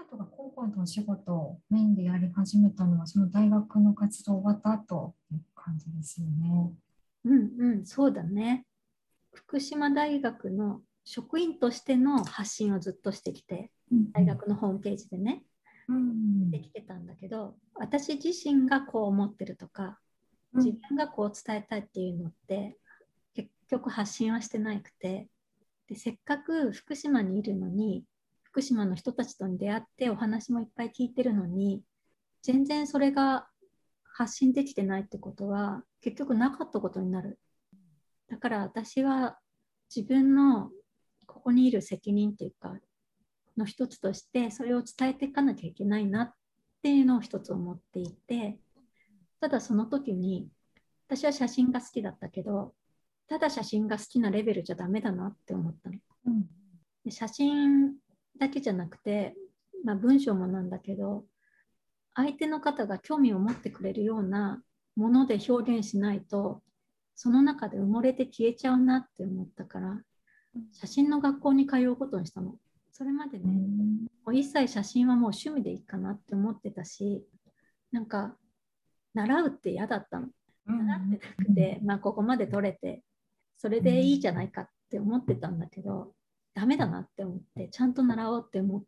ートが広報のお仕事をメインでやり始めたのは、その大学の活動終わった後っていう感じですよね。 うんうん、そうだね。福島大学の職員としての発信をずっとしてきて、大学のホームページでね、できてたんだけど、私自身がこう思ってるとか、自分がこう伝えたいっていうのって、結局発信はしてなくて、でせっかく福島にいるのに、福島の人たちと出会ってお話もいっぱい聞いてるのに、全然それが発信できてないってことは、結局なかったことになる。だから私は自分のここにいる責任っていうか、の一つとして、それを伝えていかなきゃいけないなっていうのを一つ思っていて、ただその時に、私は写真が好きだったけど、ただ写真が好きなレベルじゃダメだなって思ったの。で写真だけじゃなくて、文章もなんだけど、相手の方が興味を持ってくれるようなもので表現しないと、その中で埋もれて消えちゃうなって思ったから、写真の学校に通うことにしたの。それまでね、もう一切写真はもう趣味でいいかなって思ってたし、なんか習うって嫌だったの。習ってなくて、ここまで取れて、それでいいじゃないかって思ってたんだけど、ダメだなって思って、ちゃんと習おうって思って、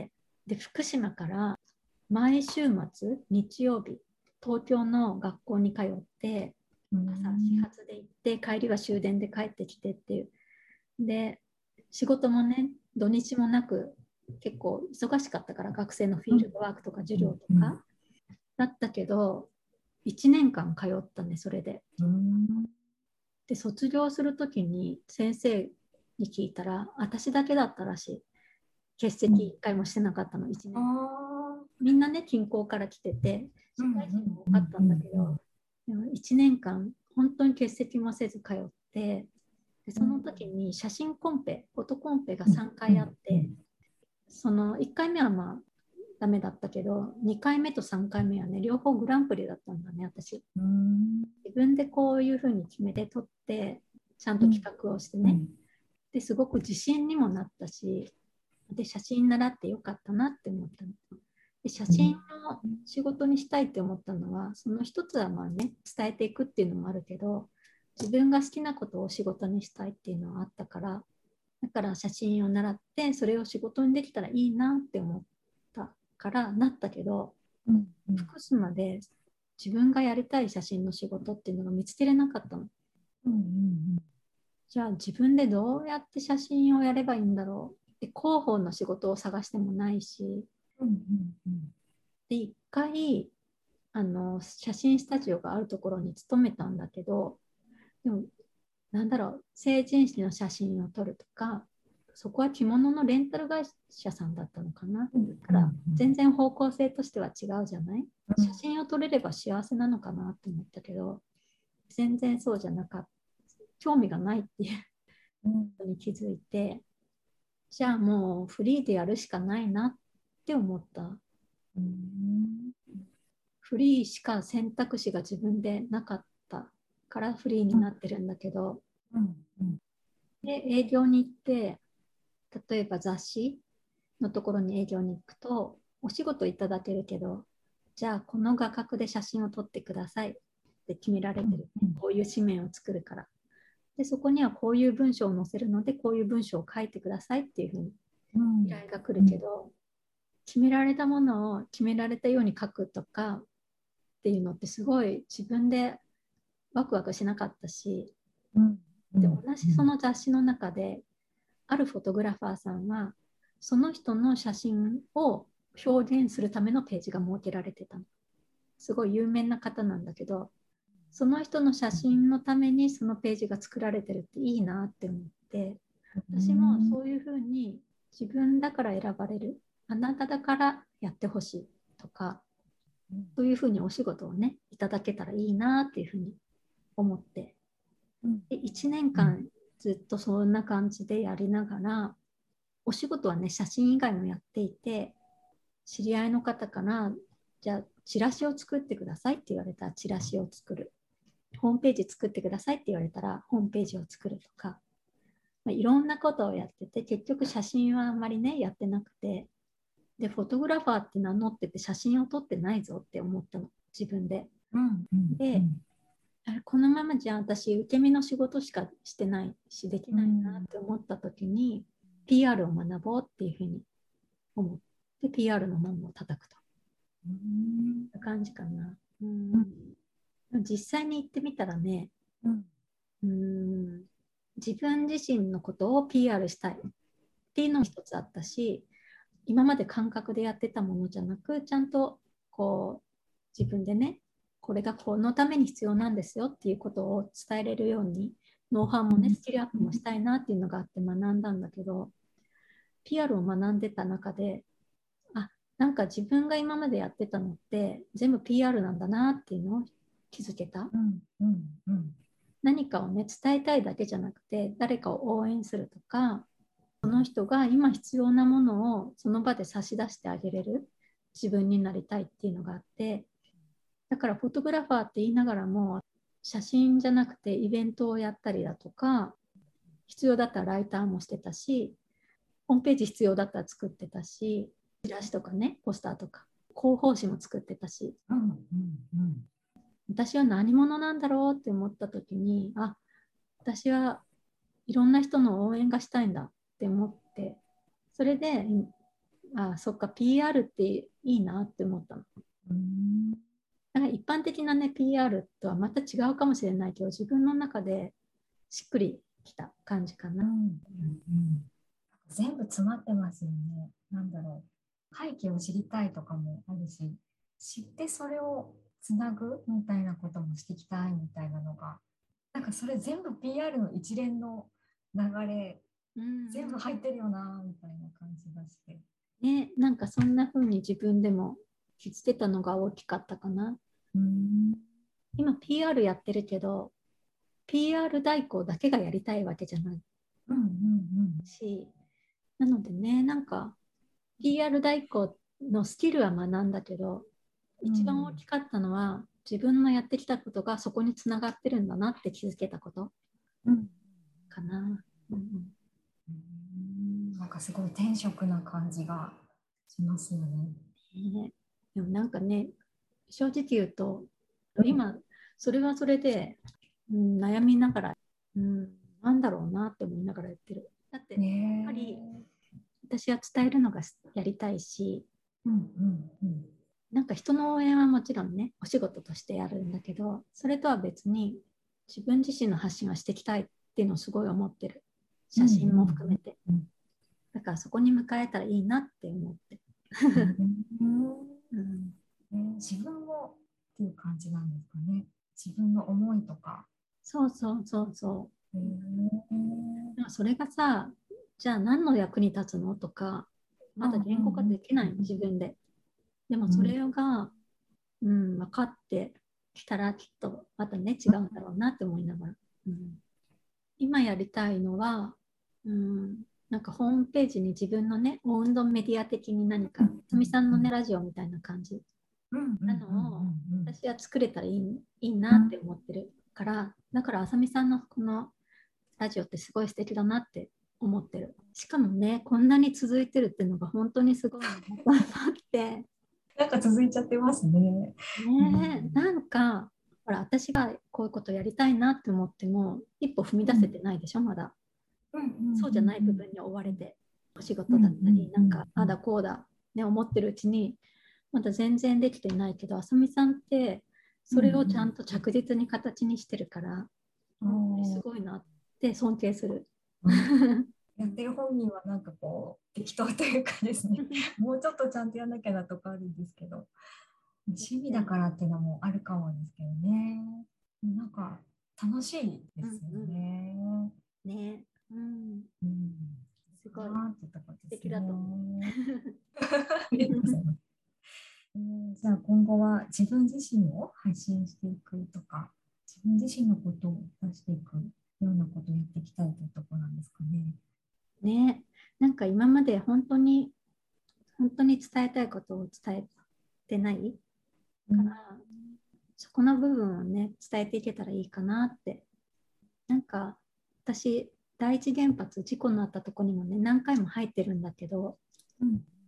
で、福島から毎週末、日曜日、東京の学校に通って、朝始発で行って、帰りは終電で帰ってきてっていう。で、仕事もね、土日もなく、結構忙しかったから、学生のフィールドワークとか授業とか。だったけど、1年間通ったね、それで。で、卒業するときに先生に聞いたら、私だけだったらしい。欠席1回もしてなかったの、1年。みんなね、近郊から来てて、社会人も多かったんだけど、でも1年間、本当に欠席もせず通って、でその時に写真コンペ、フォトコンペが3回あって、その1回目はダメだったけど、2回目と3回目はね、両方グランプリだったんだね、私。自分でこういうふうに決めて撮って、ちゃんと企画をしてね。ですごく自信にもなったし、で、写真習ってよかったなって思ったの。で、写真を仕事にしたいって思ったのは、その一つはね、伝えていくっていうのもあるけど、自分が好きなことを仕事にしたいっていうのはあったから、だから写真を習って、それを仕事にできたらいいなって思ったからなったけど、福島で自分がやりたい写真の仕事っていうのが見つけれなかったの。じゃあ自分でどうやって写真をやればいいんだろう。で、広報の仕事を探してもないし、で、一回、写真スタジオがあるところに勤めたんだけど、でも、成人式の写真を撮るとか、そこは着物のレンタル会社さんだったのかな。だから全然方向性としては違うじゃない。写真を撮れれば幸せなのかなと思ったけど、全然そうじゃなかった。興味がないっていうことに気づいて、じゃあもうフリーでやるしかないなって思った。フリーしか選択肢が自分でなかったからフリーになってるんだけど、で営業に行って、例えば雑誌のところに営業に行くと、お仕事いただけるけど、じゃあこの画角で写真を撮ってくださいって決められてる、こういう紙面を作るから。で、そこにはこういう文章を載せるので、こういう文章を書いてくださいっていうふうに依頼が来るけど、決められたものを決められたように書くとかっていうのってすごい自分でワクワクしなかったし、で、同じその雑誌の中で、あるフォトグラファーさんは、その人の写真を表現するためのページが設けられてたの。すごい有名な方なんだけど、その人の写真のためにそのページが作られてるっていいなって思って、私もそういうふうに自分だから選ばれる、あなただからやってほしいとか、そういうふうにお仕事をね、いただけたらいいなっていうふうに思って、で1年間ずっとそんな感じでやりながら、お仕事はね、写真以外もやっていて、知り合いの方から、じゃあ、チラシを作ってくださいって言われたら、チラシを作る。ホームページ作ってくださいって言われたら、ホームページを作るとか、いろんなことをやってて、結局写真はあんまりね、やってなくて、 でフォトグラファーって名乗ってて写真を撮ってないぞって思ったの、自分で。で、このままじゃ私受け身の仕事しかしてないしできないなって思った時に、PR を学ぼうっていうふうに思って PR の門を叩くという感じかな。実際に行ってみたらね、自分自身のことを PR したいっていうのも一つあったし、今まで感覚でやってたものじゃなく、ちゃんとこう自分でね、これがこのために必要なんですよっていうことを伝えれるように、ノウハウもね、スキルアップもしたいなっていうのがあって学んだんだけど、PR を学んでた中で、なんか自分が今までやってたのって全部 PR なんだなっていうのを気づけた。何かをね、伝えたいだけじゃなくて、誰かを応援するとか、その人が今必要なものをその場で差し出してあげれる自分になりたいっていうのがあって、だからフォトグラファーって言いながらも、写真じゃなくてイベントをやったりだとか、必要だったらライターもしてたし、ホームページ必要だったら作ってたし、チラシとかね、ポスターとか、広報誌も作ってたし、私は何者なんだろうって思った時に、私はいろんな人の応援がしたいんだって思って、それで、そっか、PR っていいなって思ったの。だから一般的なね、PR とはまた違うかもしれないけど、自分の中でしっくりきた感じかな。 全部詰まってますよね。なんだろう。背景を知りたいとかもあるし、知ってそれをつなぐみたいなこともしていきたいみたいなのが、なんかそれ全部 PR の一連の流れ、全部入ってるよなみたいな感じがして。 ね、なんかそんな風に自分でも気づけたのが大きかったかな。今 PR やってるけど、PR 代行だけがやりたいわけじゃないし、なのでね、なんか PR 代行のスキルは学んだけど、一番大きかったのは自分のやってきたことがそこにつながってるんだなって気づけたことかな。 なんかすごい転職な感じがしますよね。 でもなんかね、正直言うと、今それはそれで、悩みながら、なんだろうなって思いながら言ってる。だってやっぱり私は伝えるのがやりたいし、なんか人の応援はもちろんね、お仕事としてやるんだけど、それとは別に自分自身の発信はしていきたいっていうのをすごい思ってる。写真も含めて。だからそこに迎えたらいいなって思って。 自分をっていう感じなんですかね。自分の思いとか。 そう。それがさ、じゃあ何の役に立つのとか、まだ言語化できないの、自分で。でもそれが、分かってきたらきっとまたね、違うんだろうなって思いながら。今やりたいのは、なんかホームページに自分のね、オウンドメディア的に何か、つみさんのね、ラジオみたいな感じなのを私は作れたらいいなって思ってるから、だからあさみさんのこのラジオってすごい素敵だなって思ってる。しかもね、こんなに続いてるっていうのが本当にすごいなと思って。 なんか続いちゃってますね。 なんか、ほら、私がこういうことやりたいなって思っても、一歩踏み出せてないでしょ、まだ。そうじゃない部分に追われて、お仕事だったり、なんか、あだこうだ、ね、思ってるうちに、まだ全然できてないけど、あさみさんって、それをちゃんと着実に形にしてるから、すごいなって尊敬する。 やってる本人はなんかこう適当というかですね、もうちょっとちゃんとやんなきゃなとかあるんですけど、趣味だからっていうのもあるかもですけどね。なんか楽しいですよね。 すごい素敵だと思う。 じゃあ今後は自分自身を発信していくとか、自分自身のことを出していくようなことをやっていきたいというところなんですかね。 なんか今まで本当に伝えたいことを伝えてないから、そこの部分をね、伝えていけたらいいかなって。なんか私、第一原発事故のあったとこにもね、何回も入ってるんだけど、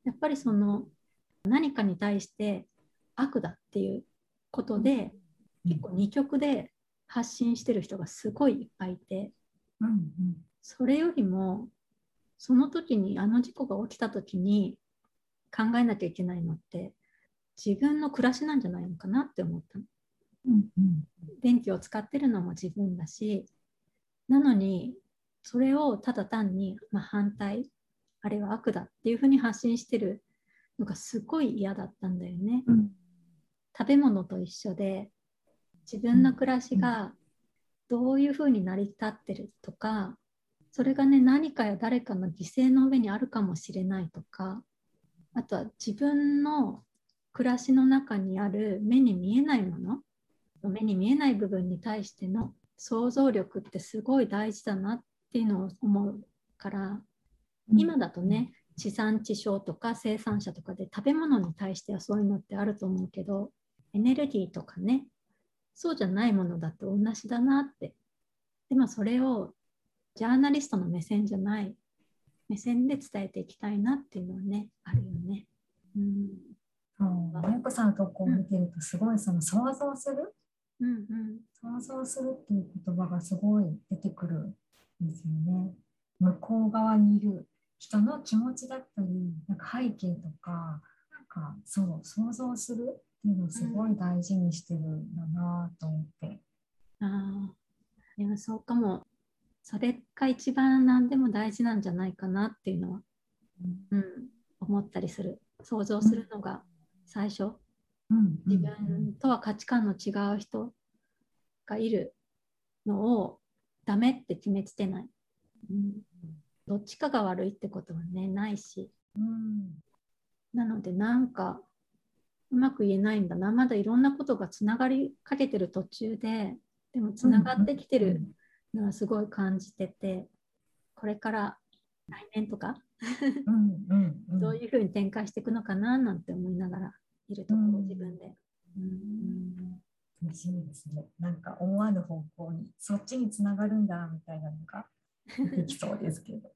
やっぱりその何かに対して悪だっていうことで、結構二極で発信してる人がすごいいっぱいいて、それよりもその時にあの事故が起きた時に考えなきゃいけないのって自分の暮らしなんじゃないのかなって思ったの。電気を使ってるのも自分だし、なのにそれをただ単に、反対、あれは悪だっていうふうに発信してるのがすごい嫌だったんだよね。食べ物と一緒で自分の暮らしがどういうふうに成り立ってるとか、それがね、何かや誰かの犠牲の上にあるかもしれないとか、あとは自分の暮らしの中にある目に見えないもの、目に見えない部分に対しての想像力ってすごい大事だなっていうのを思うから、今だとね、地産地消とか生産者とかで食べ物に対してはそういうのってあると思うけど、エネルギーとかね、そうじゃないものだと同じだなって。でもそれをジャーナリストの目線じゃない目線で伝えていきたいなっていうのはね、あるよね。 まゆこさんの投稿を見てるとすごいその想像する、想像するっていう言葉がすごい出てくるんですよね。向こう側にいる人の気持ちだったり、なんか背景とか、なんかそう想像するっていうのをすごい大事にしてるんだなと思って。 でもそうかも。それが一番何でも大事なんじゃないかなっていうのは、思ったりする。想像するのが最初、自分とは価値観の違う人がいるのをダメって決めつけない。どっちかが悪いってことはね、ないし。なのでなんかうまく言えないんだな。まだいろんなことがつながりかけてる途中で、でもつながってきてるのはすごい感じてて、これから来年とかどういうふうに展開していくのかななんて思いながらいるところ、自分で。 楽しみですね。なんか思わぬ方向にそっちにつながるんだみたいなのができそうですけど。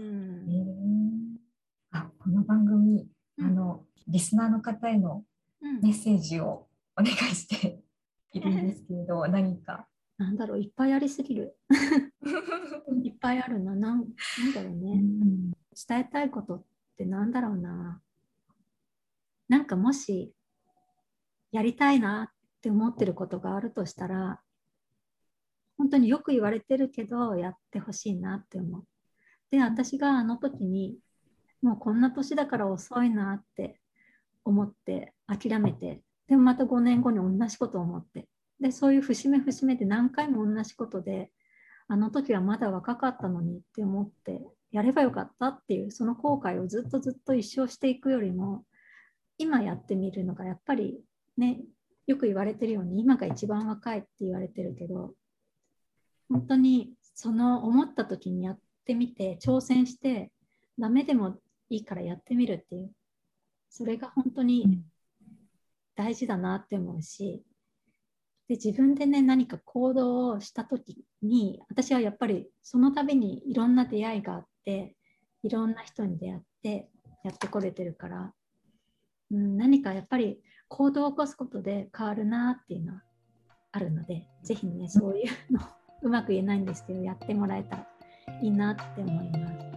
この番組、リスナーの方へのメッセージをお願いしているんですけれど、何か。 なんだろう、いっぱいありすぎる。いっぱいあるな。なんだろうね。伝えたいことってなんだろうな。なんかもしやりたいなって思ってることがあるとしたら、本当によく言われてるけどやってほしいなって思う。で、私があの時にもうこんな年だから遅いなって思って諦めて、でもまた5年後に同じことを思って、でそういう節目節目で何回も同じことで、あの時はまだ若かったのにって思ってやればよかったっていう、その後悔をずっと一生していくよりも、今やってみるのがやっぱりね、よく言われてるように今が一番若いって言われてるけど、本当にその思った時にやってみて挑戦して、ダメでもいいからやってみるっていう、それが本当に大事だなって思うし、で自分でね、何か行動をした時に、私はやっぱりその度にいろんな出会いがあって、いろんな人に出会ってやってこれてるから、何かやっぱり行動を起こすことで変わるなっていうのはあるので、ぜひね、そういうのうまく言えないんですけど、やってもらえたらいいなって思います。